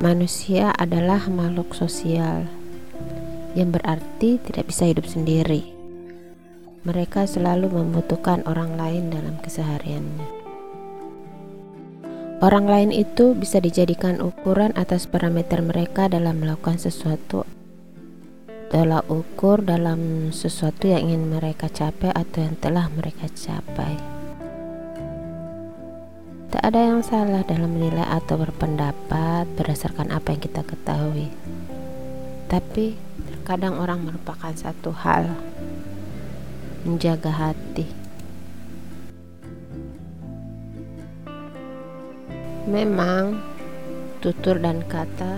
Manusia adalah makhluk sosial, yang berarti tidak bisa hidup sendiri. Mereka selalu membutuhkan orang lain dalam kesehariannya. Orang lain itu bisa dijadikan ukuran atas parameter mereka dalam melakukan sesuatu, tolak ukur dalam sesuatu yang ingin mereka capai atau yang telah mereka capai. Tak ada yang salah dalam menilai atau berpendapat berdasarkan apa yang kita ketahui. Tapi terkadang orang melupakan satu hal, menjaga hati. Memang tutur dan kata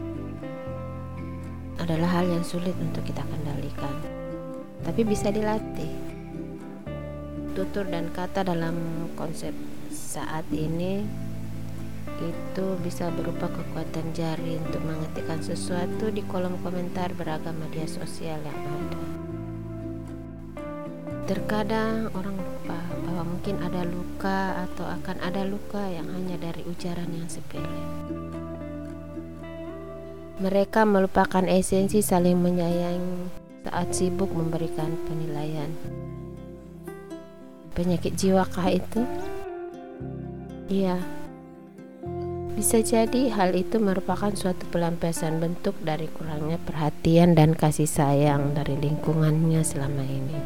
adalah hal yang sulit untuk kita kendalikan, tapi bisa dilatih. Tutur dan kata dalam konsep saat ini itu bisa berupa kekuatan jari untuk mengetikkan sesuatu di kolom komentar beragam media sosial yang ada. Terkadang orang lupa bahwa mungkin ada luka atau akan ada luka yang hanya dari ujaran yang sepele. Mereka melupakan esensi saling menyayangi saat sibuk memberikan penilaian. Penyakit jiwakah itu? Iya. Bisa jadi hal itu merupakan suatu pelampiasan bentuk dari kurangnya perhatian dan kasih sayang dari lingkungannya selama ini.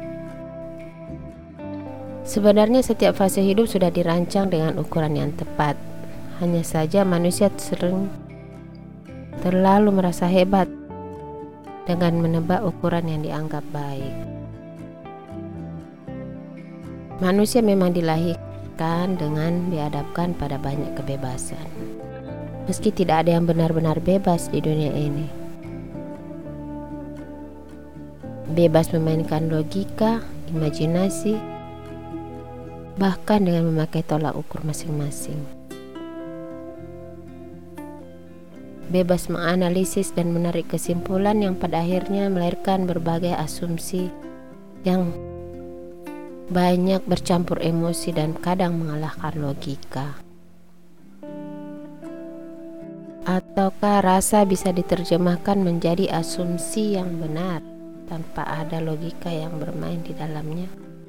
Sebenarnya setiap fase hidup sudah dirancang dengan ukuran yang tepat. Hanya saja manusia sering terlalu merasa hebat dengan menebak ukuran yang dianggap baik. Manusia memang dilahirkan dengan dihadapkan pada banyak kebebasan. Meski tidak ada yang benar-benar bebas di dunia ini. Bebas memainkan logika, imajinasi, bahkan dengan memakai tolak ukur masing-masing. Bebas menganalisis dan menarik kesimpulan yang pada akhirnya melahirkan berbagai asumsi yang banyak bercampur emosi dan kadang mengalahkan logika. Ataukah rasa bisa diterjemahkan menjadi asumsi yang benar tanpa ada logika yang bermain di dalamnya?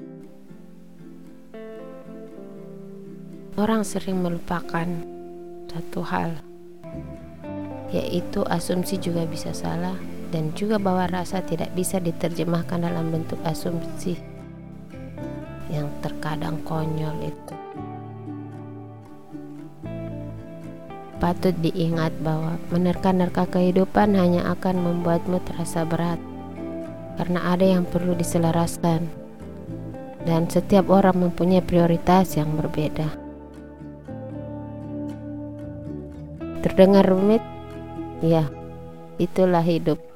Orang sering melupakan satu hal, yaitu asumsi juga bisa salah dan juga bahwa rasa tidak bisa diterjemahkan dalam bentuk asumsi yang terkadang konyol itu. Patut diingat bahwa menerka-nerka kehidupan hanya akan membuatmu terasa berat karena ada yang perlu diselaraskan dan setiap orang mempunyai prioritas yang berbeda. Terdengar rumit? Ya, itulah hidup.